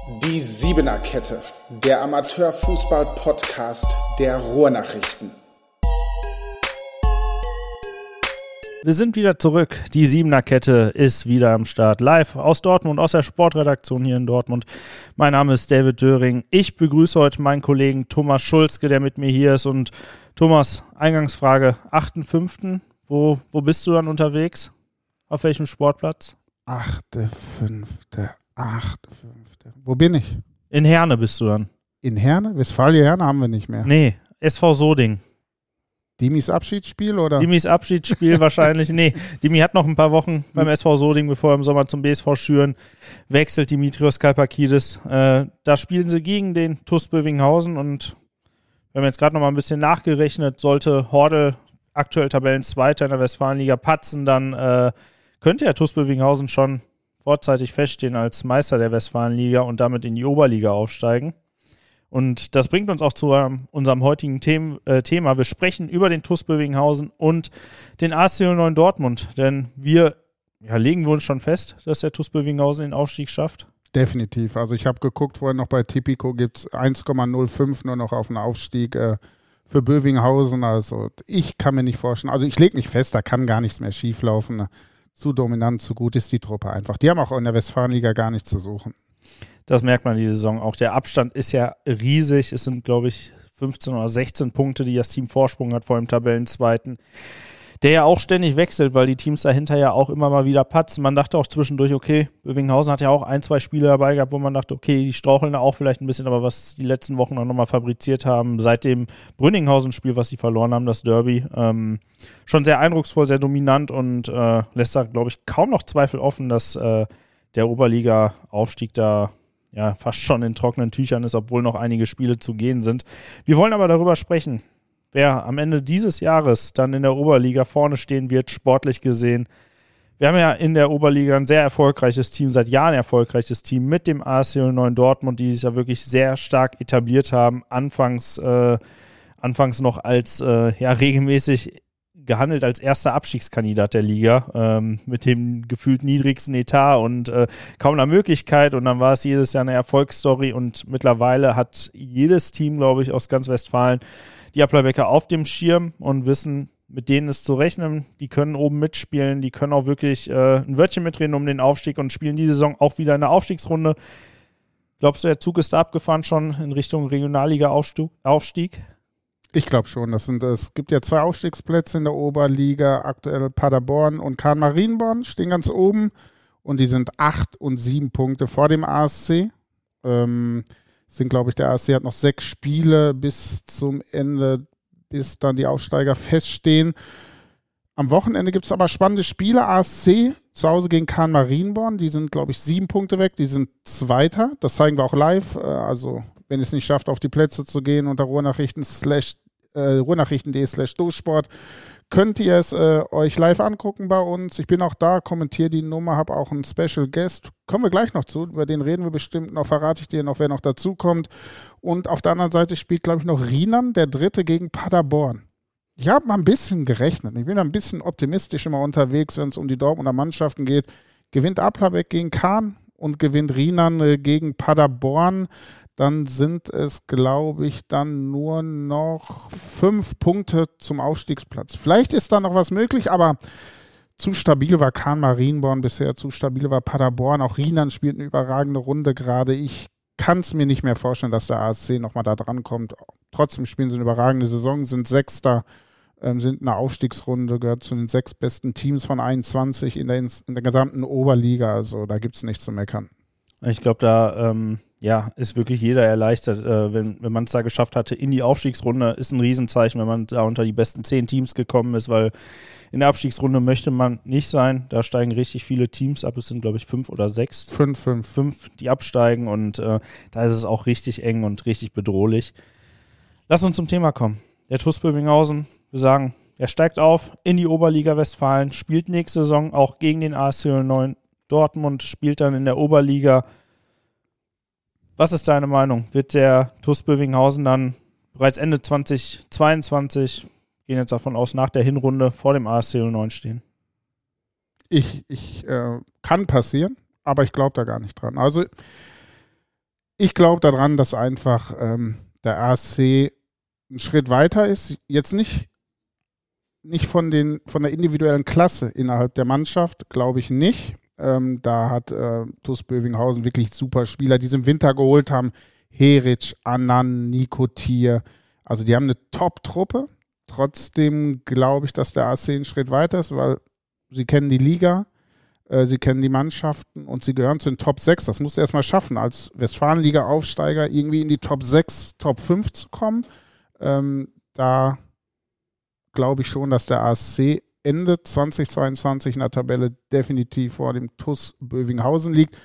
Die Siebener-Kette, der Amateurfußball-Podcast der Ruhrnachrichten. Wir sind wieder zurück. Die Siebener-Kette ist wieder am Start. Live aus Dortmund, aus der Sportredaktion hier in Dortmund. Mein Name ist David Döring. Ich begrüße heute meinen Kollegen Thomas Schulzke, der mit mir hier ist. Und Thomas, Eingangsfrage, 8.5. Wo bist du dann unterwegs? Auf welchem Sportplatz? 8.5. Wo bin ich? In Herne bist du dann. In Herne? Westfalia-Herne haben wir nicht mehr. Nee, SV Soding. Dimis Abschiedsspiel oder? Dimis Abschiedsspiel wahrscheinlich. Nee, Dimi hat noch ein paar Wochen beim SV Soding, bevor er im Sommer zum BSV Schüren wechselt, Dimitrios Kalpakidis. Da spielen sie gegen den TuS Bövinghausen und wir haben jetzt gerade noch mal ein bisschen nachgerechnet, sollte Hordel aktuell Tabellenzweiter in der Westfalenliga patzen, dann könnte ja TuS Bövinghausen schon vorzeitig feststehen als Meister der Westfalenliga und damit in die Oberliga aufsteigen. Und das bringt uns auch zu unserem heutigen Thema. Wir sprechen über den TuS Bövinghausen und den AC 09 Dortmund. Denn legen wir uns schon fest, dass der TuS Bövinghausen den Aufstieg schafft? Definitiv. Also ich habe geguckt, vorhin noch bei Tipico gibt es 1,05 nur noch auf den Aufstieg für Bövinghausen. Also ich kann mir nicht vorstellen, also ich lege mich fest, da kann gar nichts mehr schieflaufen. Zu dominant, zu gut ist die Truppe einfach. Die haben auch in der Westfalenliga gar nichts zu suchen. Das merkt man die Saison auch. Der Abstand ist ja riesig. Es sind, glaube ich, 15 oder 16 Punkte, die das Team Vorsprung hat vor dem Tabellenzweiten. Der ja auch ständig wechselt, weil die Teams dahinter ja auch immer mal wieder patzen. Man dachte auch zwischendurch, okay, Bövinghausen hat ja auch 1-2 Spiele dabei gehabt, wo man dachte, okay, die straucheln da auch vielleicht ein bisschen, aber was die letzten Wochen dann nochmal fabriziert haben, seit dem Brünninghausen-Spiel, was sie verloren haben, das Derby, schon sehr eindrucksvoll, sehr dominant und lässt da, glaube ich, kaum noch Zweifel offen, dass der Oberliga-Aufstieg da ja fast schon in trockenen Tüchern ist, obwohl noch einige Spiele zu gehen sind. Wir wollen aber darüber sprechen, wer am Ende dieses Jahres dann in der Oberliga vorne stehen wird, sportlich gesehen. Wir haben ja in der Oberliga ein sehr erfolgreiches Team, seit Jahren erfolgreiches Team mit dem AC 09 Dortmund, die sich ja wirklich sehr stark etabliert haben. Anfangs noch als regelmäßig gehandelt als erster Abstiegskandidat der Liga, mit dem gefühlt niedrigsten Etat und kaum einer Möglichkeit. Und dann war es jedes Jahr eine Erfolgsstory und mittlerweile hat jedes Team, glaube ich, aus ganz Westfalen die Applerbecker auf dem Schirm und wissen, mit denen ist zu rechnen. Die können oben mitspielen, die können auch wirklich ein Wörtchen mitreden um den Aufstieg und spielen diese Saison auch wieder in der Aufstiegsrunde. Glaubst du, der Zug ist da abgefahren schon in Richtung Regionalliga-Aufstieg? Ich glaube schon. Es gibt ja 2 Aufstiegsplätze in der Oberliga. Aktuell Paderborn und Kahn-Marienborn stehen ganz oben und die sind 8 und 7 Punkte vor dem ASC. Der ASC hat noch 6 Spiele bis zum Ende, bis dann die Aufsteiger feststehen. Am Wochenende gibt es aber spannende Spiele. ASC zu Hause gegen Kahn-Marienborn, die sind, glaube ich, 7 Punkte weg, die sind Zweiter. Das zeigen wir auch live. Also wenn ihr es nicht schafft, auf die Plätze zu gehen, unter ruhrnachrichten.de/dosport könnt ihr es euch live angucken bei uns. Ich bin auch da, kommentiere die Nummer, habe auch einen Special Guest. Kommen wir gleich noch zu, über den reden wir bestimmt noch, verrate ich dir noch, wer noch dazu kommt. Und auf der anderen Seite spielt, glaube ich, noch Rienan, der Dritte gegen Paderborn. Ich habe mal ein bisschen gerechnet. Ich bin ein bisschen optimistisch immer unterwegs, wenn es um die Dortmunder Mannschaften geht. Gewinnt Applerbeck gegen Kahn und gewinnt Rienan gegen Paderborn. Dann sind es, glaube ich, dann nur noch 5 Punkte zum Aufstiegsplatz. Vielleicht ist da noch was möglich, aber zu stabil war Kahn-Marienborn bisher, zu stabil war Paderborn. Auch Rienan spielt eine überragende Runde gerade. Ich kann es mir nicht mehr vorstellen, dass der ASC nochmal da dran kommt. Trotzdem spielen sie eine überragende Saison, sind Sechster, sind in der Aufstiegsrunde, gehört zu den 6 besten Teams von 21 in der gesamten Oberliga. Also da gibt es nichts zu meckern. Ich glaube, da ist wirklich jeder erleichtert, wenn man es da geschafft hatte in die Aufstiegsrunde. Ist ein Riesenzeichen, wenn man da unter die besten 10 Teams gekommen ist, weil in der Abstiegsrunde möchte man nicht sein. Da steigen richtig viele Teams ab. Es sind, glaube ich, 5 oder 6. 5, die absteigen und da ist es auch richtig eng und richtig bedrohlich. Lass uns zum Thema kommen. Der TuS Bövinghausen, wir sagen, er steigt auf in die Oberliga Westfalen, spielt nächste Saison auch gegen den AC 09 Dortmund, spielt dann in der Oberliga. Was ist deine Meinung? Wird der TuS Bövinghausen dann bereits Ende 2022, gehen jetzt davon aus, nach der Hinrunde vor dem AC 09 stehen? Kann passieren, aber ich glaube da gar nicht dran. Also Ich glaube daran, dass einfach der ASC einen Schritt weiter ist. Jetzt nicht von der individuellen Klasse innerhalb der Mannschaft, glaube ich nicht. Da hat TuS Bövinghausen wirklich super Spieler, die sie im Winter geholt haben. Heric, Annan, Nico Thier. Also die haben eine Top-Truppe. Trotzdem glaube ich, dass der ASC einen Schritt weiter ist, weil sie kennen die Liga, sie kennen die Mannschaften und sie gehören zu den Top 6. Das musst du erstmal schaffen, als Westfalenliga-Aufsteiger irgendwie in die Top 6, Top 5 zu kommen. Da glaube ich schon, dass der ASC Ende 2022 in der Tabelle definitiv vor dem TuS Bövinghausen liegt.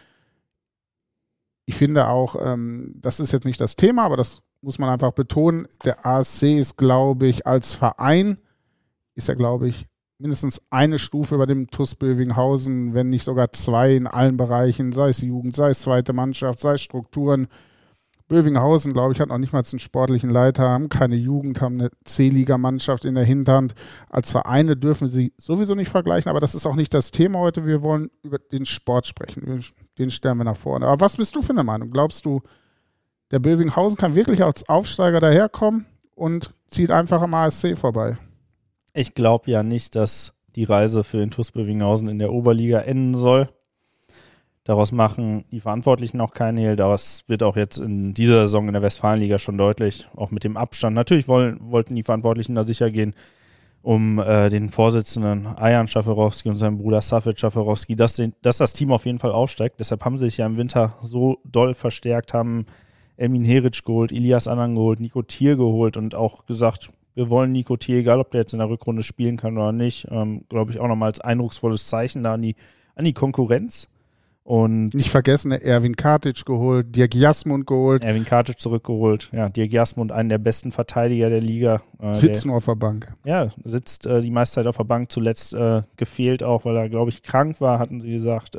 Ich finde auch, das ist jetzt nicht das Thema, aber das muss man einfach betonen, der ASC ist, glaube ich, als Verein, ist er, glaube ich, mindestens eine Stufe über dem TuS Bövinghausen, wenn nicht sogar 2 in allen Bereichen, sei es Jugend, sei es zweite Mannschaft, sei es Strukturen. Bövinghausen, glaube ich, hat noch nicht mal einen sportlichen Leiter, haben keine Jugend, haben eine C-Liga-Mannschaft in der Hinterhand. Als Vereine dürfen sie sowieso nicht vergleichen, aber das ist auch nicht das Thema heute. Wir wollen über den Sport sprechen. Den stellen wir nach vorne. Aber was bist du für eine Meinung? Glaubst du, der Bövinghausen kann wirklich als Aufsteiger daherkommen und zieht einfach am ASC vorbei? Ich glaube ja nicht, dass die Reise für den TuS Bövinghausen in der Oberliga enden soll. Daraus machen die Verantwortlichen auch keinen Hehl. Daraus wird auch jetzt in dieser Saison in der Westfalenliga schon deutlich, auch mit dem Abstand. Natürlich wollten die Verantwortlichen da sicher gehen, um den Vorsitzenden Ayan Schaferowski und seinen Bruder Safet Schaferowski, dass das Team auf jeden Fall aufsteigt. Deshalb haben sie sich ja im Winter so doll verstärkt, haben Elmin Heric geholt, Ilias Annan geholt, Nico Thier geholt und auch gesagt, wir wollen Nico Thier, egal ob der jetzt in der Rückrunde spielen kann oder nicht, glaube ich auch nochmal als eindrucksvolles Zeichen da an die Konkurrenz. Und nicht vergessen, Erwin Kartic geholt, Dirk Jasmund geholt. Erwin Kartic zurückgeholt, ja, Dirk Jasmund, einen der besten Verteidiger der Liga. Sitzt nur auf der Bank. Ja, sitzt die meiste Zeit auf der Bank, zuletzt gefehlt auch, weil er, glaube ich, krank war, hatten sie gesagt.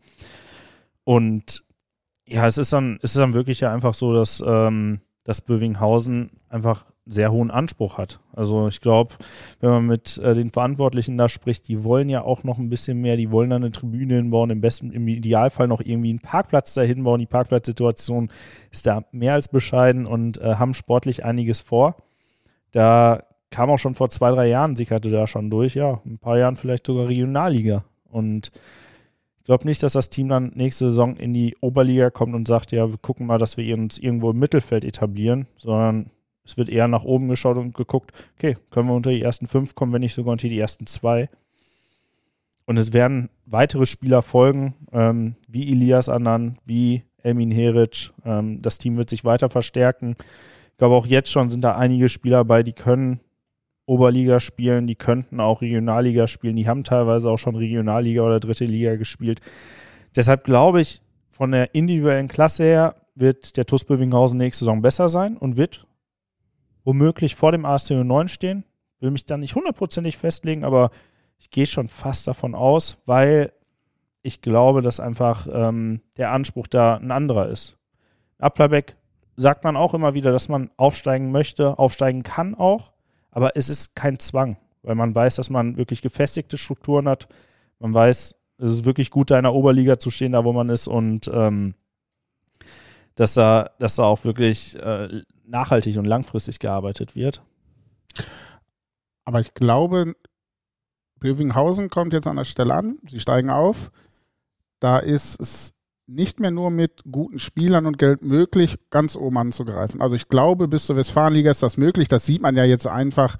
Und ja, es ist dann wirklich ja einfach so, dass Bövinghausen einfach einen sehr hohen Anspruch hat. Also ich glaube, wenn man mit den Verantwortlichen da spricht, die wollen ja auch noch ein bisschen mehr, die wollen dann eine Tribüne hinbauen, im Idealfall noch irgendwie einen Parkplatz da hinbauen. Die Parkplatzsituation ist da mehr als bescheiden und haben sportlich einiges vor. Da kam auch schon vor 2-3 Jahren, sickerte da schon durch, ja, ein paar Jahren vielleicht sogar Regionalliga. Und ich glaube nicht, dass das Team dann nächste Saison in die Oberliga kommt und sagt, ja, wir gucken mal, dass wir uns irgendwo im Mittelfeld etablieren, sondern es wird eher nach oben geschaut und geguckt, okay, können wir unter die ersten 5 kommen, wenn nicht sogar unter die ersten 2. Und es werden weitere Spieler folgen, wie Ilias Annan, wie Elmin Heric. Das Team wird sich weiter verstärken. Ich glaube, auch jetzt schon sind da einige Spieler bei, die können Oberliga spielen, die könnten auch Regionalliga spielen, die haben teilweise auch schon Regionalliga oder dritte Liga gespielt. Deshalb glaube ich, von der individuellen Klasse her wird der TuS Bövinghausen nächste Saison besser sein und wird womöglich vor dem ASC 09 stehen. Will mich da nicht hundertprozentig festlegen, aber ich gehe schon fast davon aus, weil ich glaube, dass einfach der Anspruch da ein anderer ist. Applerbeck sagt man auch immer wieder, dass man aufsteigen möchte, aufsteigen kann auch, aber es ist kein Zwang, weil man weiß, dass man wirklich gefestigte Strukturen hat. Man weiß, es ist wirklich gut, da in der Oberliga zu stehen, da wo man ist und dass da auch wirklich nachhaltig und langfristig gearbeitet wird. Aber ich glaube, Bövinghausen kommt jetzt an der Stelle an, sie steigen auf. Da ist es nicht mehr nur mit guten Spielern und Geld möglich, ganz oben anzugreifen. Also ich glaube, bis zur Westfalenliga ist das möglich. Das sieht man ja jetzt einfach.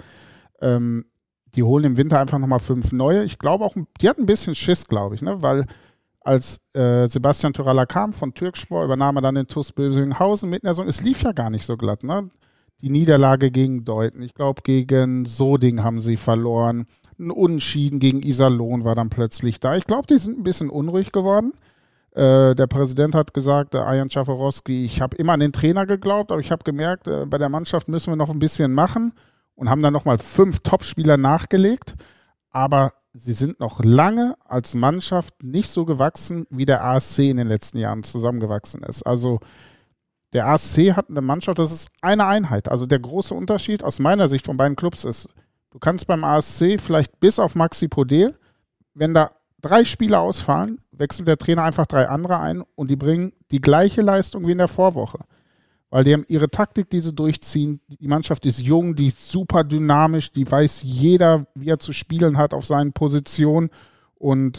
Die holen im Winter einfach nochmal 5 neue. Ich glaube auch, die hatten ein bisschen Schiss, glaube ich, ne? Weil als Sebastian Tyralla kam von Türkspor, übernahm er dann den TuS Bövinghausen mit in der Saison. Es lief ja gar nicht so glatt, ne? Die Niederlage gegen Deuten, ich glaube gegen Soding haben sie verloren. Ein Unentschieden gegen Iserlohn war dann plötzlich da. Ich glaube, die sind ein bisschen unruhig geworden. Der Präsident hat gesagt, der Ayan Schaferowski, ich habe immer an den Trainer geglaubt, aber ich habe gemerkt, bei der Mannschaft müssen wir noch ein bisschen machen und haben dann nochmal 5 Topspieler nachgelegt. Aber sie sind noch lange als Mannschaft nicht so gewachsen, wie der ASC in den letzten Jahren zusammengewachsen ist. Also der ASC hat eine Mannschaft, das ist eine Einheit. Also der große Unterschied aus meiner Sicht von beiden Clubs ist, du kannst beim ASC vielleicht bis auf Maxi Podel, wenn da 3 Spieler ausfallen, wechselt der Trainer einfach 3 andere ein und die bringen die gleiche Leistung wie in der Vorwoche. Weil die haben ihre Taktik, die sie durchziehen. Die Mannschaft ist jung, die ist super dynamisch, die weiß jeder, wie er zu spielen hat auf seinen Positionen. Und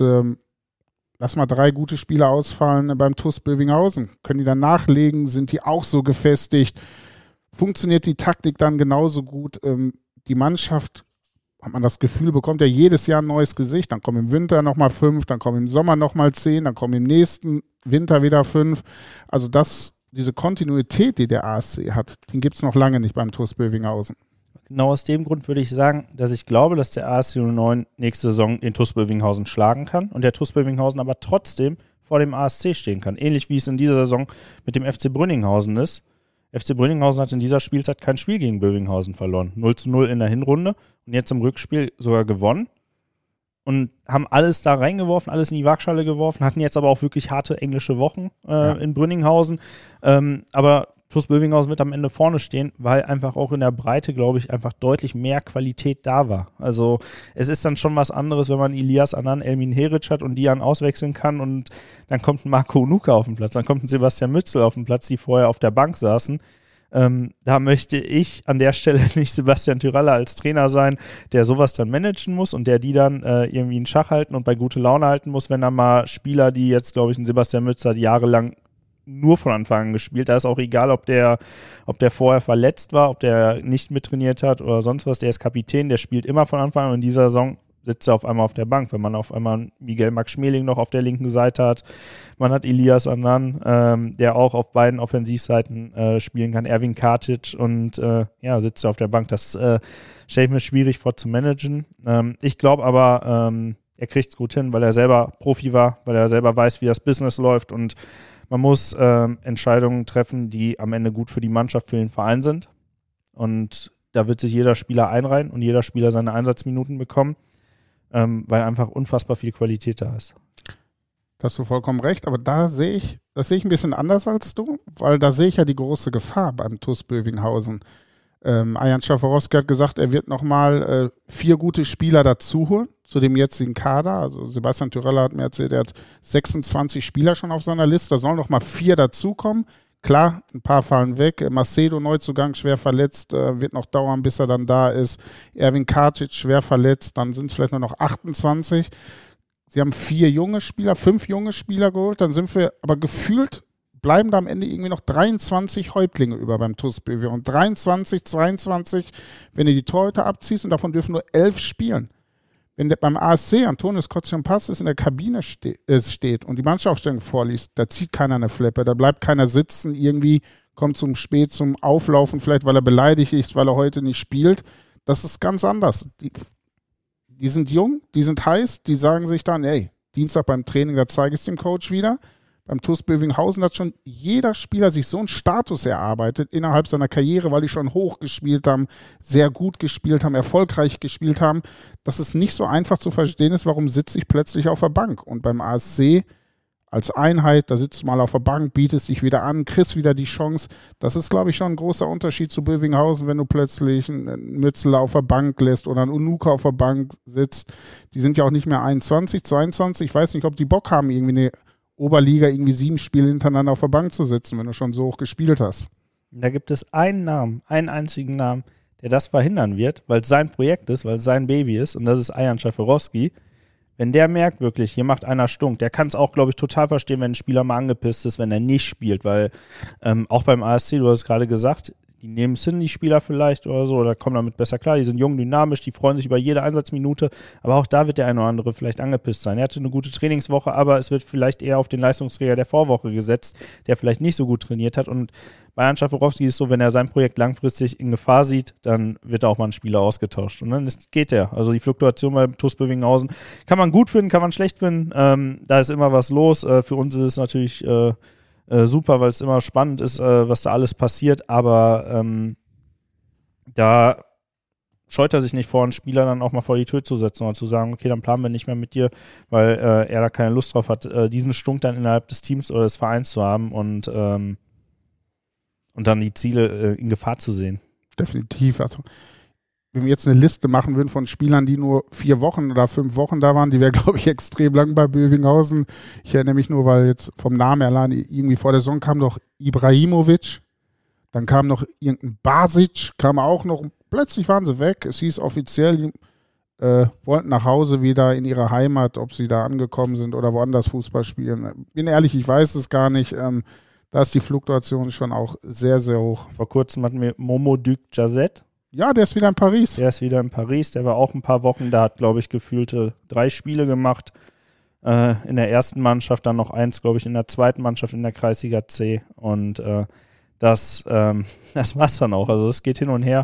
lass mal 3 gute Spieler ausfallen beim TuS Bövinghausen. Können die dann nachlegen? Sind die auch so gefestigt? Funktioniert die Taktik dann genauso gut? Die Mannschaft, hat man das Gefühl, bekommt ja jedes Jahr ein neues Gesicht. Dann kommen im Winter nochmal 5, dann kommen im Sommer nochmal 10, dann kommen im nächsten Winter wieder 5. Also diese Kontinuität, die der ASC hat, den gibt es noch lange nicht beim TuS Bövinghausen. Genau aus dem Grund würde ich sagen, dass ich glaube, dass der ASC 09 nächste Saison den TuS Bövinghausen schlagen kann und der TuS Bövinghausen aber trotzdem vor dem ASC stehen kann. Ähnlich wie es in dieser Saison mit dem FC Brünninghausen ist. FC Brünninghausen hat in dieser Spielzeit kein Spiel gegen Bövinghausen verloren. 0:0 in der Hinrunde und jetzt im Rückspiel sogar gewonnen. Und haben alles da reingeworfen, alles in die Waagschale geworfen, hatten jetzt aber auch wirklich harte englische Wochen in Brünninghausen. Aber TuS Bövinghausen wird am Ende vorne stehen, weil einfach auch in der Breite, glaube ich, einfach deutlich mehr Qualität da war. Also es ist dann schon was anderes, wenn man Ilias Anan, Elmin Heric hat und die dann auswechseln kann und dann kommt ein Marco Unuka auf den Platz, dann kommt ein Sebastian Mützel auf den Platz, die vorher auf der Bank saßen. Da möchte ich an der Stelle nicht Sebastian Tyralla als Trainer sein, der sowas dann managen muss und der die dann irgendwie in Schach halten und bei gute Laune halten muss, wenn dann mal Spieler, die jetzt, glaube ich, ein Sebastian Mützer hat jahrelang nur von Anfang an gespielt, da ist auch egal, ob der vorher verletzt war, ob der nicht mittrainiert hat oder sonst was, der ist Kapitän, der spielt immer von Anfang an und in dieser Saison sitzt er auf einmal auf der Bank, wenn man auf einmal Miguel Max Schmeling noch auf der linken Seite hat. Man hat Ilias Anan, der auch auf beiden Offensivseiten spielen kann, Erwin Kartic und sitzt auf der Bank. Das stelle ich mir schwierig vor zu managen. Ich glaube aber, er kriegt es gut hin, weil er selber Profi war, weil er selber weiß, wie das Business läuft und man muss Entscheidungen treffen, die am Ende gut für die Mannschaft, für den Verein sind. Und da wird sich jeder Spieler einreihen und jeder Spieler seine Einsatzminuten bekommen. Weil einfach unfassbar viel Qualität da ist. Da hast du vollkommen recht, aber das sehe ich ein bisschen anders als du, weil da sehe ich ja die große Gefahr beim TuS Bövinghausen. Arjan Schaforowski hat gesagt, er wird nochmal 4 gute Spieler dazu holen zu dem jetzigen Kader. Also Sebastian Tyralla hat mir erzählt, er hat 26 Spieler schon auf seiner Liste, da sollen nochmal 4 dazukommen. Klar, ein paar fallen weg. Macedo, Neuzugang, schwer verletzt, wird noch dauern, bis er dann da ist. Erwin Kartic, schwer verletzt, dann sind es vielleicht nur noch 28. Sie haben 5 junge Spieler geholt, dann sind wir, aber gefühlt bleiben da am Ende irgendwie noch 23 Häuptlinge über beim TuS BW. Und 23, 22, wenn du die Torhüter abziehst und davon dürfen nur 11 spielen. Wenn beim ASC Antonius Kotzian-Passes in der Kabine steht und die Mannschaftsaufstellung vorliest, da zieht keiner eine Fleppe, da bleibt keiner sitzen, irgendwie kommt zum Auflaufen, vielleicht weil er beleidigt ist, weil er heute nicht spielt. Das ist ganz anders. Die sind jung, die sind heiß, die sagen sich dann, ey, Dienstag beim Training, da zeige ich es dem Coach wieder. Beim TuS Bövinghausen hat schon jeder Spieler sich so einen Status erarbeitet innerhalb seiner Karriere, weil die schon hoch gespielt haben, sehr gut gespielt haben, erfolgreich gespielt haben, dass es nicht so einfach zu verstehen ist, warum sitze ich plötzlich auf der Bank. Und beim ASC als Einheit, da sitzt du mal auf der Bank, bietest dich wieder an, kriegst wieder die Chance. Das ist, glaube ich, schon ein großer Unterschied zu Bövinghausen, wenn du plötzlich einen Mützler auf der Bank lässt oder einen Unuka auf der Bank sitzt. Die sind ja auch nicht mehr 21, 22. Ich weiß nicht, ob die Bock haben, irgendwie eine Oberliga 7 Spiele hintereinander auf der Bank zu sitzen, wenn du schon so hoch gespielt hast. Da gibt es einen einzigen Namen, der das verhindern wird, weil es sein Projekt ist, weil es sein Baby ist und das ist Arjan Schaforowski. Wenn der merkt wirklich, hier macht einer Stunk, der kann es auch, glaube ich, total verstehen, wenn ein Spieler mal angepisst ist, wenn er nicht spielt, weil auch beim ASC, du hast es gerade gesagt, die nehmen es hin, die Spieler vielleicht oder so, oder kommen damit besser klar, die sind jung, dynamisch, die freuen sich über jede Einsatzminute, aber auch da wird der eine oder andere vielleicht angepisst sein. Er hatte eine gute Trainingswoche, aber es wird vielleicht eher auf den Leistungsträger der Vorwoche gesetzt, der vielleicht nicht so gut trainiert hat und bei Arjan Schaforowski ist es so, wenn er sein Projekt langfristig in Gefahr sieht, dann wird auch mal ein Spieler ausgetauscht und dann geht der. Also die Fluktuation beim TuS Bövinghausen kann man gut finden, kann man schlecht finden, da ist immer was los. Für uns ist es natürlich super, weil es immer spannend ist, was da alles passiert, aber da scheut er sich nicht vor, einen Spieler dann auch mal vor die Tür zu setzen oder zu sagen, okay, dann planen wir nicht mehr mit dir, weil er da keine Lust drauf hat, diesen Stunk dann innerhalb des Teams oder des Vereins zu haben und dann die Ziele in Gefahr zu sehen. Definitiv. Also wenn wir jetzt eine Liste machen würden von Spielern, die nur 4 Wochen oder 5 Wochen da waren, die wäre, glaube ich, extrem lang bei Bövinghausen. Ich erinnere mich nur, weil jetzt vom Namen her allein irgendwie vor der Saison kam doch Ibrahimovic, dann kam noch irgendein Basic, kam auch noch, plötzlich waren sie weg. Es hieß offiziell, die wollten nach Hause wieder in ihre Heimat, ob sie da angekommen sind oder woanders Fußball spielen. Bin ehrlich, ich weiß es gar nicht. Da ist die Fluktuation schon auch sehr, sehr hoch. Vor kurzem hatten wir Momo-Duc Jazet. Ja, der ist wieder in Paris. Der ist wieder in Paris, der war auch ein paar Wochen, da hat, glaube ich, gefühlte 3 Spiele gemacht. In der ersten Mannschaft, dann noch 1, glaube ich, in der zweiten Mannschaft in der Kreisliga C. Und das war's dann auch. Also es geht hin und her.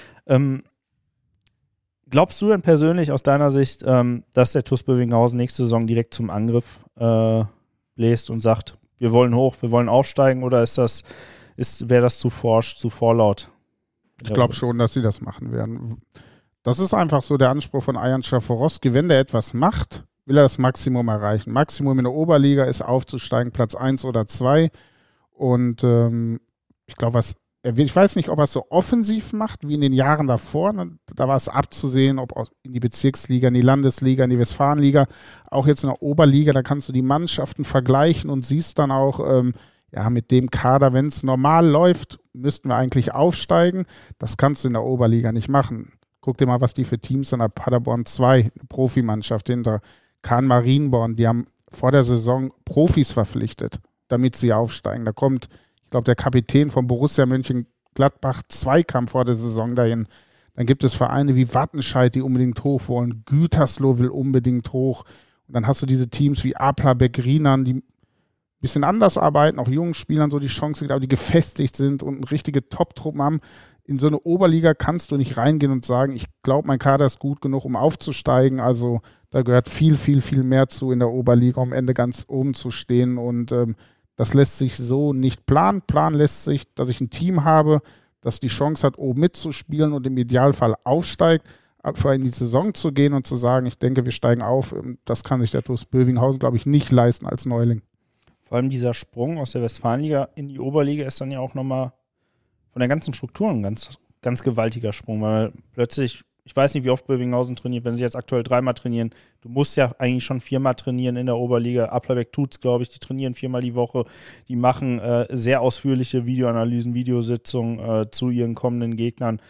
Glaubst du denn persönlich aus deiner Sicht, dass der TuS Bövinghausen nächste Saison direkt zum Angriff bläst und sagt, wir wollen hoch, wir wollen aufsteigen, oder wäre das zu forsch, zu vorlaut? Ich glaube schon, dass sie das machen werden. Das ist einfach so der Anspruch von Arjan Schaforowski. Wenn der etwas macht, will er das Maximum erreichen. Maximum in der Oberliga ist aufzusteigen, Platz 1 oder 2. Und ich glaube, ich weiß nicht, ob er es so offensiv macht wie in den Jahren davor. Da war es abzusehen, ob in die Bezirksliga, in die Landesliga, in die Westfalenliga, auch jetzt in der Oberliga, da kannst du die Mannschaften vergleichen und siehst dann auch, mit dem Kader, wenn es normal läuft, müssten wir eigentlich aufsteigen. Das kannst du in der Oberliga nicht machen. Guck dir mal, was die für Teams an der Paderborn 2, eine Profimannschaft hinter Kahn Marienborn, die haben vor der Saison Profis verpflichtet, damit sie aufsteigen. Da kommt, ich glaube, der Kapitän von Borussia Mönchengladbach 2 kam vor der Saison dahin. Dann gibt es Vereine wie Wattenscheid, die unbedingt hoch wollen. Gütersloh will unbedingt hoch. Und dann hast du diese Teams wie Aplabeck, Rienan, die ein bisschen anders arbeiten, auch jungen Spielern so die Chance gibt, aber die gefestigt sind und richtige Top-Truppen haben. In so eine Oberliga kannst du nicht reingehen und sagen, ich glaube, mein Kader ist gut genug, um aufzusteigen. Also da gehört viel, viel, viel mehr zu in der Oberliga, um am Ende ganz oben zu stehen. Und das lässt sich so nicht planen. Plan lässt sich, dass ich ein Team habe, das die Chance hat, oben mitzuspielen und im Idealfall aufsteigt. Aber in die Saison zu gehen und zu sagen, ich denke, wir steigen auf, das kann sich der TuS Bövinghausen, glaube ich, nicht leisten als Neuling. Vor allem dieser Sprung aus der Westfalenliga in die Oberliga ist dann ja auch nochmal von der ganzen Struktur ein ganz, ganz gewaltiger Sprung, weil plötzlich, ich weiß nicht, wie oft Bövinghausen trainiert, wenn sie jetzt aktuell 3-mal trainieren, du musst ja eigentlich schon 4-mal trainieren in der Oberliga. Aplabeck tut's, glaube ich, die trainieren 4-mal die Woche, die machen sehr ausführliche Videoanalysen, Videositzungen zu ihren kommenden Gegnern.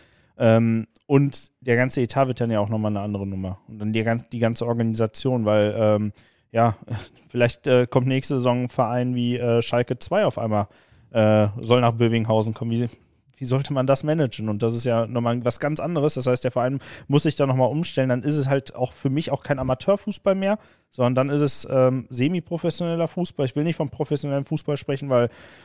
Und der ganze Etat wird dann ja auch nochmal eine andere Nummer. Und dann die ganze Organisation, weil vielleicht kommt nächste Saison ein Verein wie Schalke 2 auf einmal, soll nach Bövinghausen kommen. Wie sollte man das managen? Und das ist ja nochmal was ganz anderes. Das heißt, der Verein muss sich da nochmal umstellen. Dann ist es halt auch für mich auch kein Amateurfußball mehr, sondern dann ist es semi-professioneller Fußball. Ich will nicht vom professionellen Fußball sprechen, weil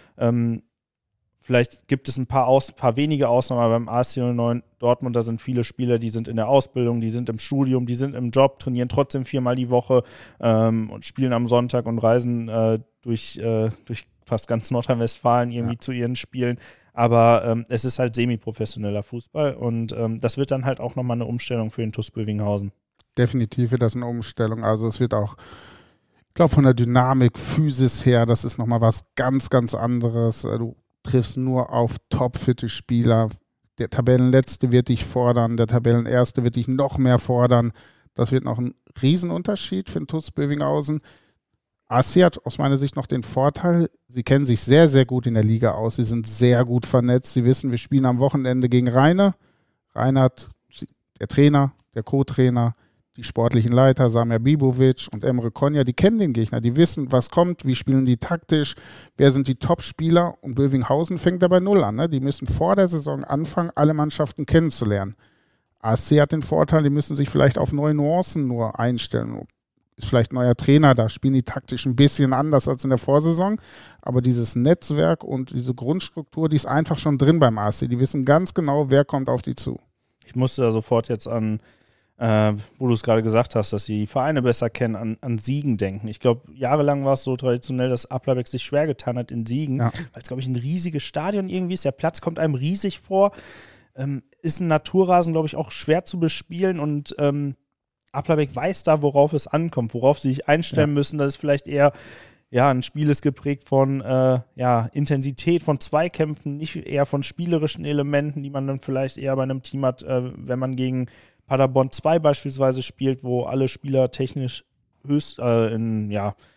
vielleicht gibt es ein paar wenige Ausnahmen, aber beim AS 09 Dortmund, da sind viele Spieler, die sind in der Ausbildung, die sind im Studium, die sind im Job, trainieren trotzdem 4-mal die Woche und spielen am Sonntag und reisen durch fast ganz Nordrhein-Westfalen irgendwie zu ihren Spielen. Aber es ist halt semi-professioneller Fußball und das wird dann halt auch nochmal eine Umstellung für den TuS Bövinghausen. Definitiv wird das eine Umstellung. Also es wird auch, ich glaube, von der Dynamik, Physis her, das ist nochmal was ganz, ganz anderes. Du triffst nur auf topfitte Spieler. Der Tabellenletzte wird dich fordern, der Tabellenerste wird dich noch mehr fordern. Das wird noch ein Riesenunterschied für den TuS Bövinghausen. AC hat aus meiner Sicht noch den Vorteil, sie kennen sich sehr, sehr gut in der Liga aus. Sie sind sehr gut vernetzt. Sie wissen, wir spielen am Wochenende gegen Rheine. Reinhard, der Trainer, der Co-Trainer, die sportlichen Leiter, Samir Bibovic und Emre Konya, die kennen den Gegner. Die wissen, was kommt, wie spielen die taktisch, wer sind die Top-Spieler. Und Bövinghausen fängt dabei 0 an. Ne? Die müssen vor der Saison anfangen, alle Mannschaften kennenzulernen. AC hat den Vorteil, die müssen sich vielleicht auf neue Nuancen nur einstellen. Ist vielleicht ein neuer Trainer, da spielen die taktisch ein bisschen anders als in der Vorsaison, aber dieses Netzwerk und diese Grundstruktur, die ist einfach schon drin beim AC. Die wissen ganz genau, wer kommt auf die zu. Ich musste da sofort jetzt an, wo du es gerade gesagt hast, dass sie die Vereine besser kennen, an Siegen denken. Ich glaube, jahrelang war es so traditionell, dass Aplabeck sich schwer getan hat in Siegen, weil es, glaube ich, ein riesiges Stadion irgendwie ist. Der Platz kommt einem riesig vor. Ist ein Naturrasen, glaube ich, auch schwer zu bespielen und Aplabeck weiß da, worauf es ankommt, worauf sie sich einstellen müssen. Das ist vielleicht eher ein Spiel ist geprägt von Intensität, von Zweikämpfen, nicht eher von spielerischen Elementen, die man dann vielleicht eher bei einem Team hat, wenn man gegen Paderborn 2 beispielsweise spielt, wo alle Spieler technisch höchstem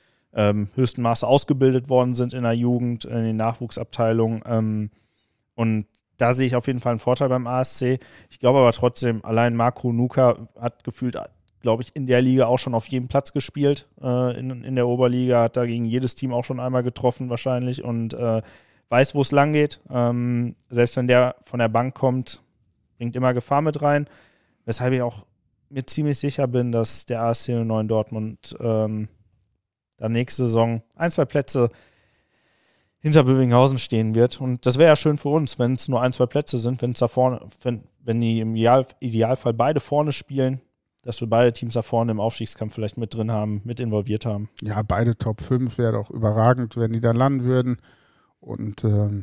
Maße ausgebildet worden sind in der Jugend, in den Nachwuchsabteilungen. Und da sehe ich auf jeden Fall einen Vorteil beim ASC. Ich glaube aber trotzdem, allein Marco Nuka hat gefühlt, glaube ich, in der Liga auch schon auf jedem Platz gespielt. In der Oberliga hat da gegen jedes Team auch schon einmal getroffen wahrscheinlich und weiß, wo es lang geht. Selbst wenn der von der Bank kommt, bringt immer Gefahr mit rein. Weshalb ich auch mir ziemlich sicher bin, dass der ASC 09 Dortmund dann nächste Saison 1-2 Plätze hinter Bövinghausen stehen wird. Und das wäre ja schön für uns, wenn es nur 1-2 Plätze sind, wenn es da vorne, wenn die im Idealfall beide vorne spielen, dass wir beide Teams da vorne im Aufstiegskampf vielleicht mit drin haben, mit involviert haben. Ja, beide Top 5 wäre doch überragend, wenn die da landen würden. Und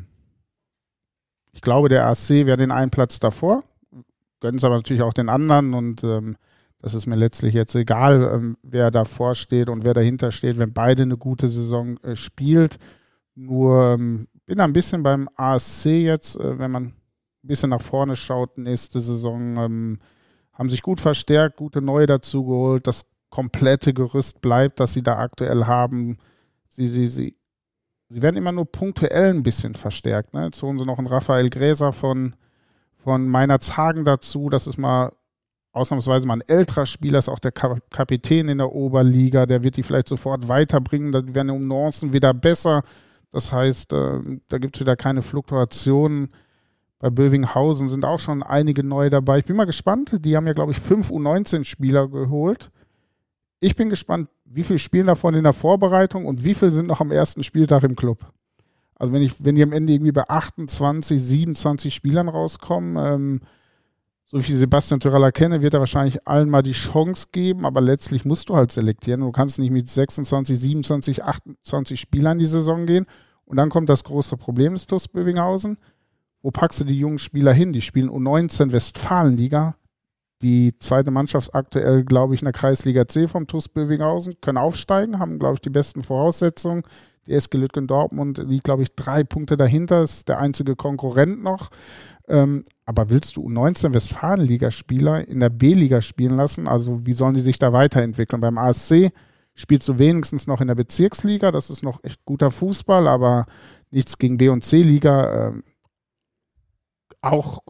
ich glaube, der ASC wäre den einen Platz davor, gönnen es aber natürlich auch den anderen und das ist mir letztlich jetzt egal, wer davor steht und wer dahinter steht, wenn beide eine gute Saison spielt. Nur bin ein bisschen beim ASC jetzt, wenn man ein bisschen nach vorne schaut, nächste Saison haben sich gut verstärkt, gute Neue dazugeholt, das komplette Gerüst bleibt, das sie da aktuell haben. Sie werden immer nur punktuell ein bisschen verstärkt. Ne? Jetzt holen sie noch einen Raphael Gräser von Meinerzhagen dazu, das ist mal ausnahmsweise mal ein älterer Spieler, ist auch der Kapitän in der Oberliga, der wird die vielleicht sofort weiterbringen, da werden die Nuancen wieder besser. Das heißt, da gibt es wieder keine Fluktuationen. Bei Bövinghausen sind auch schon einige neue dabei. Ich bin mal gespannt. Die haben ja, glaube ich, 5 U19-Spieler geholt. Ich bin gespannt, wie viele spielen davon in der Vorbereitung und wie viele sind noch am ersten Spieltag im Club. Also wenn die am Ende irgendwie bei 28, 27 Spielern rauskommen, so wie Sebastian Töraller kenne, wird er wahrscheinlich allen mal die Chance geben, aber letztlich musst du halt selektieren. Du kannst nicht mit 26, 27, 28 Spielern die Saison gehen. Und dann kommt das große Problem des TuS Bövinghausen. Wo packst du die jungen Spieler hin? Die spielen U19 Westfalenliga. Die zweite Mannschaft aktuell, glaube ich, in der Kreisliga C vom TuS Bövinghausen, können aufsteigen, haben, glaube ich, die besten Voraussetzungen. Die SG Lütgen Dortmund liegt, glaube ich, 3 Punkte dahinter, ist der einzige Konkurrent noch. Aber willst du U19 Westfalenliga-Spieler in der B-Liga spielen lassen? Also wie sollen die sich da weiterentwickeln? Beim ASC spielst du wenigstens noch in der Bezirksliga, das ist noch echt guter Fußball, aber nichts gegen B- und C-Liga. Auch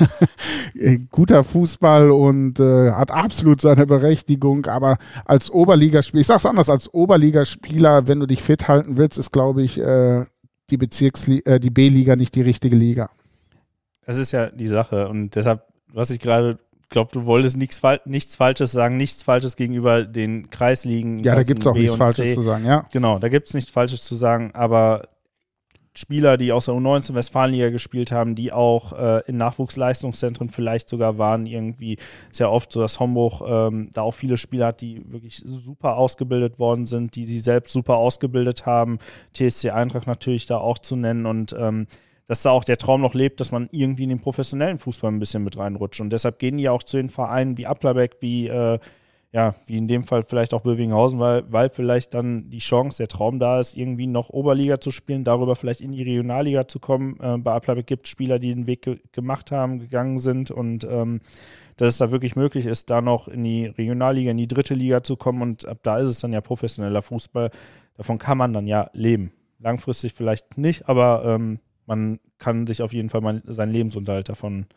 guter Fußball und hat absolut seine Berechtigung, aber als Oberligaspieler, ich sag's anders, als Oberligaspieler, wenn du dich fit halten willst, ist, glaube ich, die B-Liga nicht die richtige Liga. Das ist ja die Sache und deshalb, was ich gerade, glaube, du wolltest nichts Falsches sagen, nichts Falsches gegenüber den Kreisligen. Ja, da gibt es auch nichts Falsches zu sagen, ja. Genau, da gibt es nichts Falsches zu sagen, aber Spieler, die aus der U19 Westfalenliga gespielt haben, die auch in Nachwuchsleistungszentren vielleicht sogar waren, irgendwie ist ja oft so, dass Homburg da auch viele Spieler hat, die wirklich super ausgebildet worden sind, die sie selbst super ausgebildet haben, TSC Eintracht natürlich da auch zu nennen und dass da auch der Traum noch lebt, dass man irgendwie in den professionellen Fußball ein bisschen mit reinrutscht und deshalb gehen die ja auch zu den Vereinen wie Applerbeck, wie in dem Fall vielleicht auch Bövinghausen, weil vielleicht dann die Chance, der Traum da ist, irgendwie noch Oberliga zu spielen, darüber vielleicht in die Regionalliga zu kommen. Bei Applerbeck gibt es Spieler, die den Weg gegangen sind und dass es da wirklich möglich ist, da noch in die Regionalliga, in die 3. Liga zu kommen und ab da ist es dann ja professioneller Fußball. Davon kann man dann ja leben. Langfristig vielleicht nicht, aber man kann sich auf jeden Fall mal seinen Lebensunterhalt davon,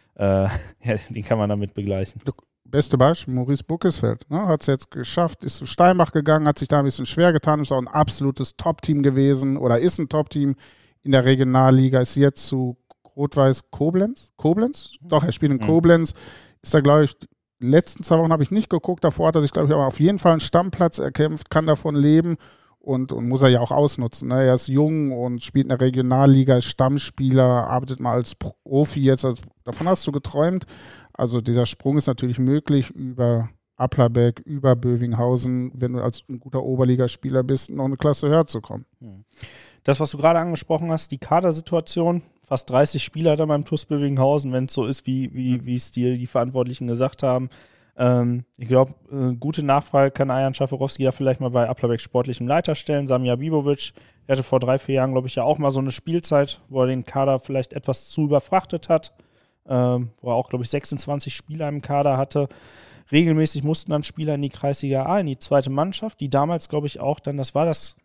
den kann man damit begleichen. Beste Beispiel, Maurice Buckesfeld, ne, hat es jetzt geschafft, ist zu Steinbach gegangen, hat sich da ein bisschen schwer getan, ist auch ein absolutes Top-Team gewesen oder ist ein Top-Team in der Regionalliga, ist jetzt zu Rot-Weiß Koblenz? Doch, er spielt in Koblenz, ist da, glaube ich, die letzten 2 Wochen habe ich nicht geguckt, davor hat er sich, glaube ich, aber auf jeden Fall einen Stammplatz erkämpft, kann davon leben und muss er ja auch ausnutzen. Ne? Er ist jung und spielt in der Regionalliga, ist Stammspieler, arbeitet mal als Profi jetzt, davon hast du geträumt. Also dieser Sprung ist natürlich möglich über Applerbeck, über Bövinghausen, wenn du als ein guter Oberligaspieler bist, noch eine Klasse höher zu kommen. Das, was du gerade angesprochen hast, die Kadersituation, fast 30 Spieler da beim TuS Bövinghausen, wenn es so ist, wie es dir die Verantwortlichen gesagt haben. Ich glaube, gute Nachfrage kann Ajan Schaforowski ja vielleicht mal bei Applerbeck sportlichem Leiter stellen. Samir Bibovic, der hatte vor 3-4 Jahren, glaube ich, ja auch mal so eine Spielzeit, wo er den Kader vielleicht etwas zu überfrachtet hat, wo er auch, glaube ich, 26 Spieler im Kader hatte. Regelmäßig mussten dann Spieler in die Kreisliga A, in die zweite Mannschaft, die damals, glaube ich, auch dann, das war das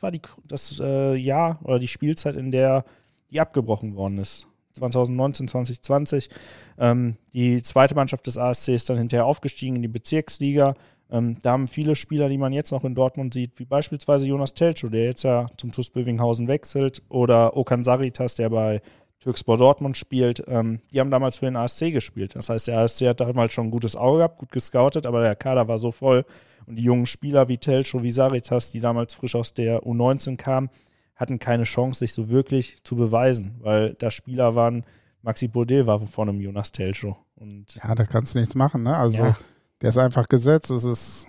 Jahr oder die Spielzeit, in der die abgebrochen worden ist. 2019, 2020. Die zweite Mannschaft des ASC ist dann hinterher aufgestiegen in die Bezirksliga. Da haben viele Spieler, die man jetzt noch in Dortmund sieht, wie beispielsweise Jonas Teltschow, der jetzt ja zum TuS Bövinghausen wechselt, oder Okan Saritas, der bei Türkspor Dortmund spielt, die haben damals für den ASC gespielt. Das heißt, der ASC hat damals schon ein gutes Auge gehabt, gut gescoutet, aber der Kader war so voll. Und die jungen Spieler wie Teltschow, wie Saritas, die damals frisch aus der U19 kamen, hatten keine Chance, sich so wirklich zu beweisen, weil da Spieler waren, Maxi Bodel war von einem Jonas Teltschow. Und ja, da kannst du nichts machen, ne? Also der ist einfach gesetzt, es ist,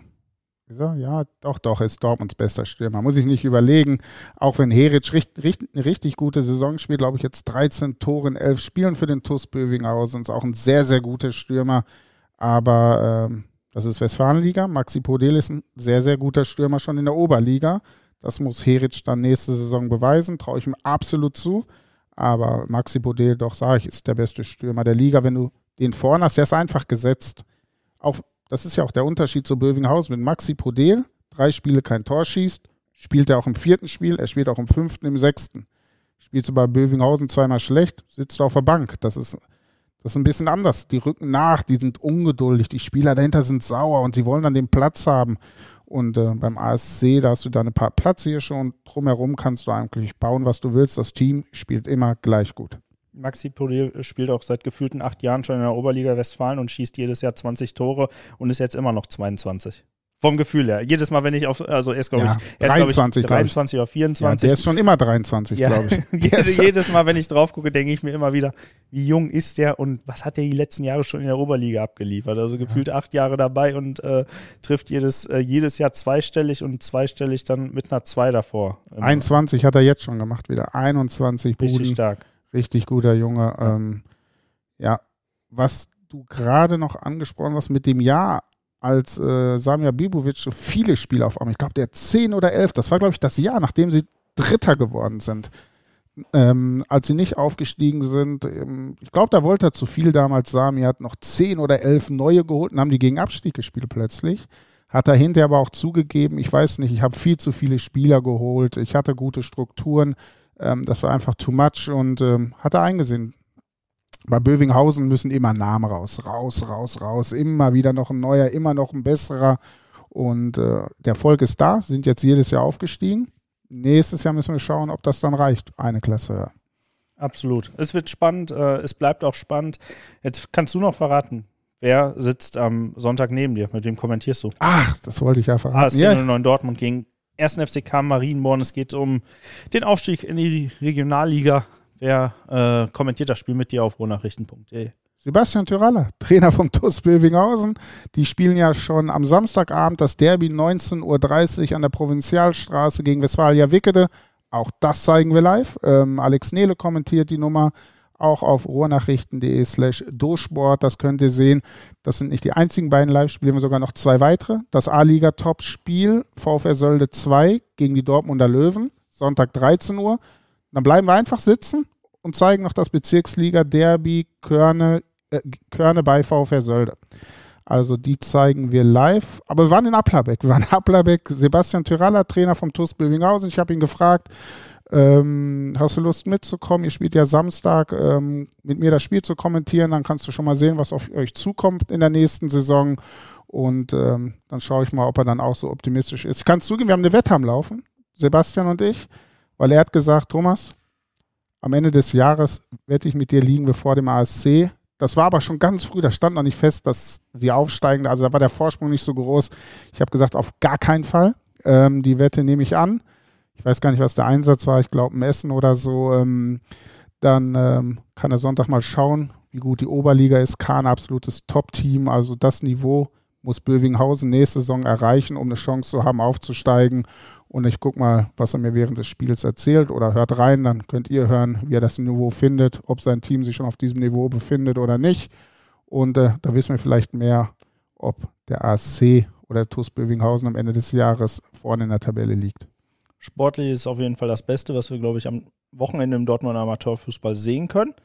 ist Dortmunds bester Stürmer. Muss ich nicht überlegen, auch wenn Heric eine richtig gute Saison spielt, glaube ich jetzt 13 Tore in 11 Spielen für den TuS Bövinghausen, ist auch ein sehr, sehr guter Stürmer, aber das ist Westfalenliga, Maxi Bodel ist ein sehr, sehr guter Stürmer schon in der Oberliga. Das muss Heric dann nächste Saison beweisen, traue ich ihm absolut zu. Aber Maxi Bodel, doch sage ich, ist der beste Stürmer der Liga. Wenn du den vorne hast, der ist einfach gesetzt. Auch, das ist ja auch der Unterschied zu Bövinghausen. Wenn Maxi Bodel 3 Spiele kein Tor schießt, spielt er auch im 4. Spiel, er spielt auch im 5., im 6. Spielst du bei Bövinghausen 2-mal schlecht, sitzt du auf der Bank. Das ist ein bisschen anders. Die rücken nach, die sind ungeduldig, die Spieler dahinter sind sauer und sie wollen dann den Platz haben. Und beim ASC, da hast du dann ein paar Platz hier schon. Drumherum kannst du eigentlich bauen, was du willst. Das Team spielt immer gleich gut. Maxi Bodel spielt auch seit gefühlten 8 Jahren schon in der Oberliga Westfalen und schießt jedes Jahr 20 Tore und ist jetzt immer noch 22. Vom Gefühl her. Jedes Mal, wenn ich er ist, glaube ich, 23 oder 24. Ja, der ist schon immer 23, glaube ich. Jedes Mal, wenn ich drauf gucke, denke ich mir immer wieder, wie jung ist der und was hat der die letzten Jahre schon in der Oberliga abgeliefert? Also gefühlt 8 Jahre dabei und trifft jedes Jahr zweistellig und zweistellig dann mit einer 2 davor. 21 hat er jetzt schon gemacht wieder. 21 Buden. Richtig stark. Richtig guter Junge. Was du gerade noch angesprochen hast mit dem Jahr, als Samir Bibovic so viele Spiele auf einmal, ich glaube, der 10 oder 11, das war, glaube ich, das Jahr, nachdem sie Dritter geworden sind, als sie nicht aufgestiegen sind. Ich glaube, da wollte er zu viel damals. Samir hat noch 10 oder 11 neue geholt und haben die gegen Abstieg gespielt plötzlich. Hat er hinterher aber auch zugegeben, ich weiß nicht, ich habe viel zu viele Spieler geholt, ich hatte gute Strukturen, das war einfach too much und hat er eingesehen. Bei Bövinghausen müssen immer Namen raus, immer wieder noch ein neuer, immer noch ein besserer und der Erfolg ist da, sind jetzt jedes Jahr aufgestiegen. Nächstes Jahr müssen wir schauen, ob das dann reicht, eine Klasse höher. Absolut. Es wird spannend, es bleibt auch spannend. Jetzt kannst du noch verraten, wer sitzt am Sonntag neben dir? Mit wem kommentierst du? Ach, das wollte ich ja verraten. ASC 09 Dortmund gegen 1. FCK Marienborn. Es geht um den Aufstieg in die Regionalliga. Wer kommentiert das Spiel mit dir auf ruhrnachrichten.de? Sebastian Tyralla, Trainer vom TuS Bövinghausen. Die spielen ja schon am Samstagabend das Derby 19:30 Uhr an der Provinzialstraße gegen Westfalia Wickede. Auch das zeigen wir live. Alex Nele kommentiert die Nummer auch auf ruhrnachrichten.de/dosport. Das könnt ihr sehen. Das sind nicht die einzigen beiden Live-Spiele, wir haben sogar noch 2 weitere. Das A-Liga-Top-Spiel VfR Sölde 2 gegen die Dortmunder Löwen, Sonntag 13 Uhr. Dann bleiben wir einfach sitzen und zeigen noch das Bezirksliga-Derby Körne bei VfR Sölde. Also die zeigen wir live. Aber wir waren in Applerbeck. Sebastian Tyralla, Trainer vom TuS Bövinghausen. Ich habe ihn gefragt, hast du Lust mitzukommen? Ihr spielt ja Samstag, mit mir das Spiel zu kommentieren. Dann kannst du schon mal sehen, was auf euch zukommt in der nächsten Saison. Und dann schaue ich mal, ob er dann auch so optimistisch ist. Ich kann zugeben, wir haben eine Wette am Laufen, Sebastian und ich, weil er hat gesagt, Thomas, am Ende des Jahres wette ich mit dir, liegen wir vor dem ASC. Das war aber schon ganz früh, da stand noch nicht fest, dass sie aufsteigen. Also da war der Vorsprung nicht so groß. Ich habe gesagt, auf gar keinen Fall. Die Wette nehme ich an. Ich weiß gar nicht, was der Einsatz war. Ich glaube, Essen oder so. Dann kann er Sonntag mal schauen, wie gut die Oberliga ist. Kahn, absolutes Top-Team. Also das Niveau muss Bövinghausen nächste Saison erreichen, um eine Chance zu haben, aufzusteigen. Und ich gucke mal, was er mir während des Spiels erzählt oder hört rein. Dann könnt ihr hören, wie er das Niveau findet, ob sein Team sich schon auf diesem Niveau befindet oder nicht. Und da wissen wir vielleicht mehr. ob der ASC oder TuS Bövinghausen am Ende des Jahres vorne in der Tabelle liegt. Sportlich ist auf jeden Fall das Beste, was wir, glaube ich, am Wochenende im Dortmunder Amateurfußball sehen können.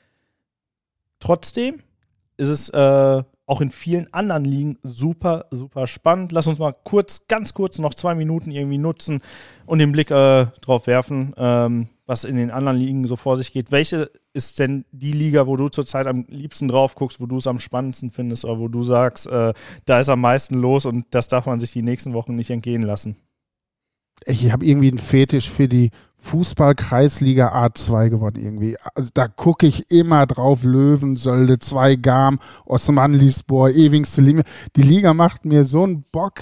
Trotzdem ist es auch in vielen anderen Ligen super, super spannend. Lass uns mal ganz kurz noch 2 Minuten irgendwie nutzen und den Blick drauf werfen, was in den anderen Ligen so vor sich geht. Welche ist denn die Liga, wo du zurzeit am liebsten drauf guckst, wo du es am spannendsten findest oder wo du sagst, da ist am meisten los und das darf man sich die nächsten Wochen nicht entgehen lassen? Ich habe irgendwie einen Fetisch für die Fußball-Kreisliga A2 gewonnen irgendwie. Also da gucke ich immer drauf. Löwen, Sölde, Zweigam, Osmanlispor, Ewingste Linie. Die Liga macht mir so einen Bock,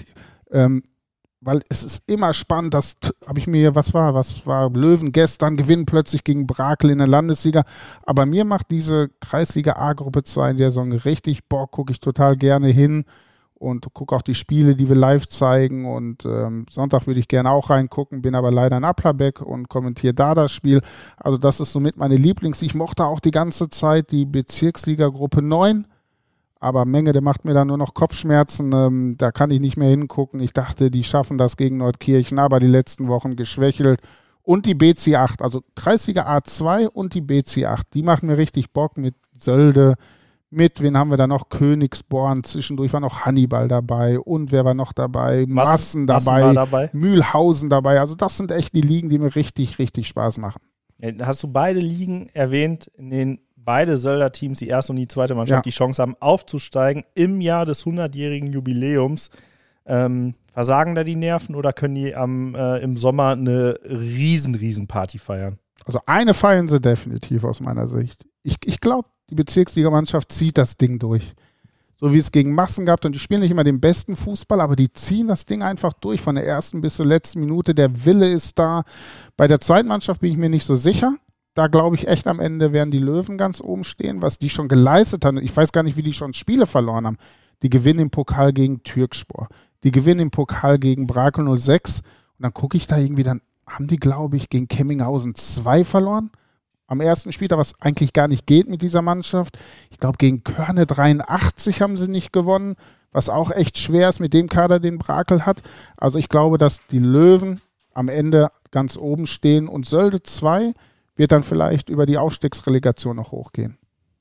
weil es ist immer spannend. Das habe ich mir, was war Löwen gestern, gewinnen plötzlich gegen Brakel in der Landesliga. Aber mir macht diese Kreisliga A-Gruppe 2 in der Saison richtig Bock, gucke ich total gerne hin. Und gucke auch die Spiele, die wir live zeigen. Und Sonntag würde ich gerne auch reingucken, bin aber leider in Applerbeck und kommentiere da das Spiel. Also das ist somit meine Ich mochte auch die ganze Zeit die Bezirksliga Gruppe 9. Aber Menge, der macht mir da nur noch Kopfschmerzen. Da kann ich nicht mehr hingucken. Ich dachte, die schaffen das gegen Neutkirchen, aber die letzten Wochen geschwächelt. Und die BC 8, also Kreisliga A2 und die BC 8, die machen mir richtig Bock mit Sölde. Wen haben wir da noch? Königsborn, zwischendurch war noch Hannibal dabei und wer war noch dabei? Massen dabei, Mühlhausen dabei. Also das sind echt die Ligen, die mir richtig, richtig Spaß machen. Ja, hast du beide Ligen erwähnt, in denen beide Sölder-Teams, die erste und die zweite Mannschaft, die Chance haben aufzusteigen im Jahr des 100-jährigen Jubiläums. Versagen da die Nerven oder können die im Sommer eine riesen Party feiern? Also eine feiern sie definitiv aus meiner Sicht. Ich glaube, die Bezirksligamannschaft zieht das Ding durch. So wie es gegen Massen gab. Und die spielen nicht immer den besten Fußball, aber die ziehen das Ding einfach durch von der ersten bis zur letzten Minute. Der Wille ist da. Bei der zweiten Mannschaft bin ich mir nicht so sicher. Da glaube ich echt, am Ende werden die Löwen ganz oben stehen, was die schon geleistet haben. Ich weiß gar nicht, wie die schon Spiele verloren haben. Die gewinnen im Pokal gegen Türkspor. Die gewinnen im Pokal gegen Brakel 06. Und dann gucke ich da irgendwie, dann haben die, glaube ich, gegen Kemminghausen 2 verloren. Am ersten Spieltag, was eigentlich gar nicht geht mit dieser Mannschaft. Ich glaube, gegen Körne 83 haben sie nicht gewonnen, was auch echt schwer ist mit dem Kader, den Brakel hat. Also ich glaube, dass die Löwen am Ende ganz oben stehen und Sölde 2 wird dann vielleicht über die Aufstiegsrelegation noch hochgehen.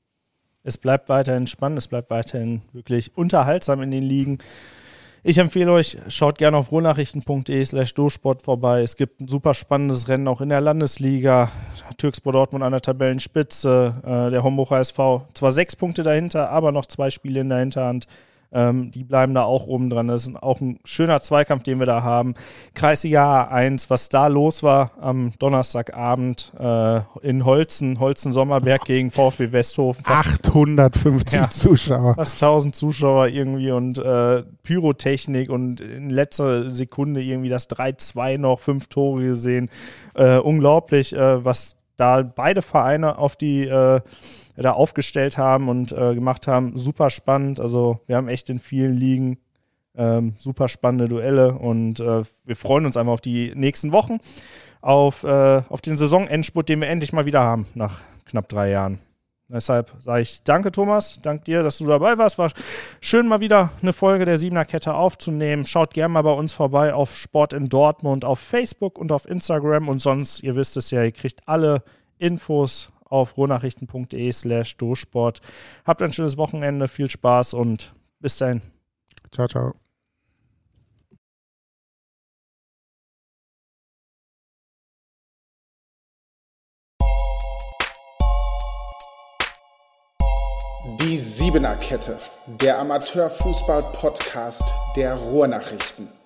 Es bleibt weiterhin spannend, es bleibt weiterhin wirklich unterhaltsam in den Ligen. Ich empfehle euch, schaut gerne auf ruhrnachrichten.de/dosport vorbei. Es gibt ein super spannendes Rennen auch in der Landesliga. Türkspor Dortmund an der Tabellenspitze. Der Homburger SV zwar 6 Punkte dahinter, aber noch 2 Spiele in der Hinterhand. Die bleiben da auch oben dran. Das ist auch ein schöner Zweikampf, den wir da haben. Kreisliga A1, was da los war am Donnerstagabend in Holzen-Sommerberg gegen VfB Westhofen. 850 Zuschauer. Fast 1000 Zuschauer irgendwie und Pyrotechnik und in letzter Sekunde irgendwie das 3-2 noch, 5 Tore gesehen. Unglaublich, was da beide Vereine auf die da aufgestellt haben und gemacht haben. Super spannend. Also wir haben echt in vielen Ligen super spannende Duelle und wir freuen uns einfach auf die nächsten Wochen, auf den Saisonendspurt, den wir endlich mal wieder haben nach knapp 3 Jahren. Deshalb sage ich danke, Thomas, danke dir, dass du dabei warst. War schön, mal wieder eine Folge der 7er Kette aufzunehmen. Schaut gerne mal bei uns vorbei auf Sport in Dortmund, auf Facebook und auf Instagram und sonst, ihr wisst es ja, ihr kriegt alle Infos auf ruhrnachrichten.de/dosport. Habt ein schönes Wochenende, viel Spaß und bis dahin. Ciao, ciao. Die 7er Kette, der Amateurfußball-Podcast der Ruhrnachrichten.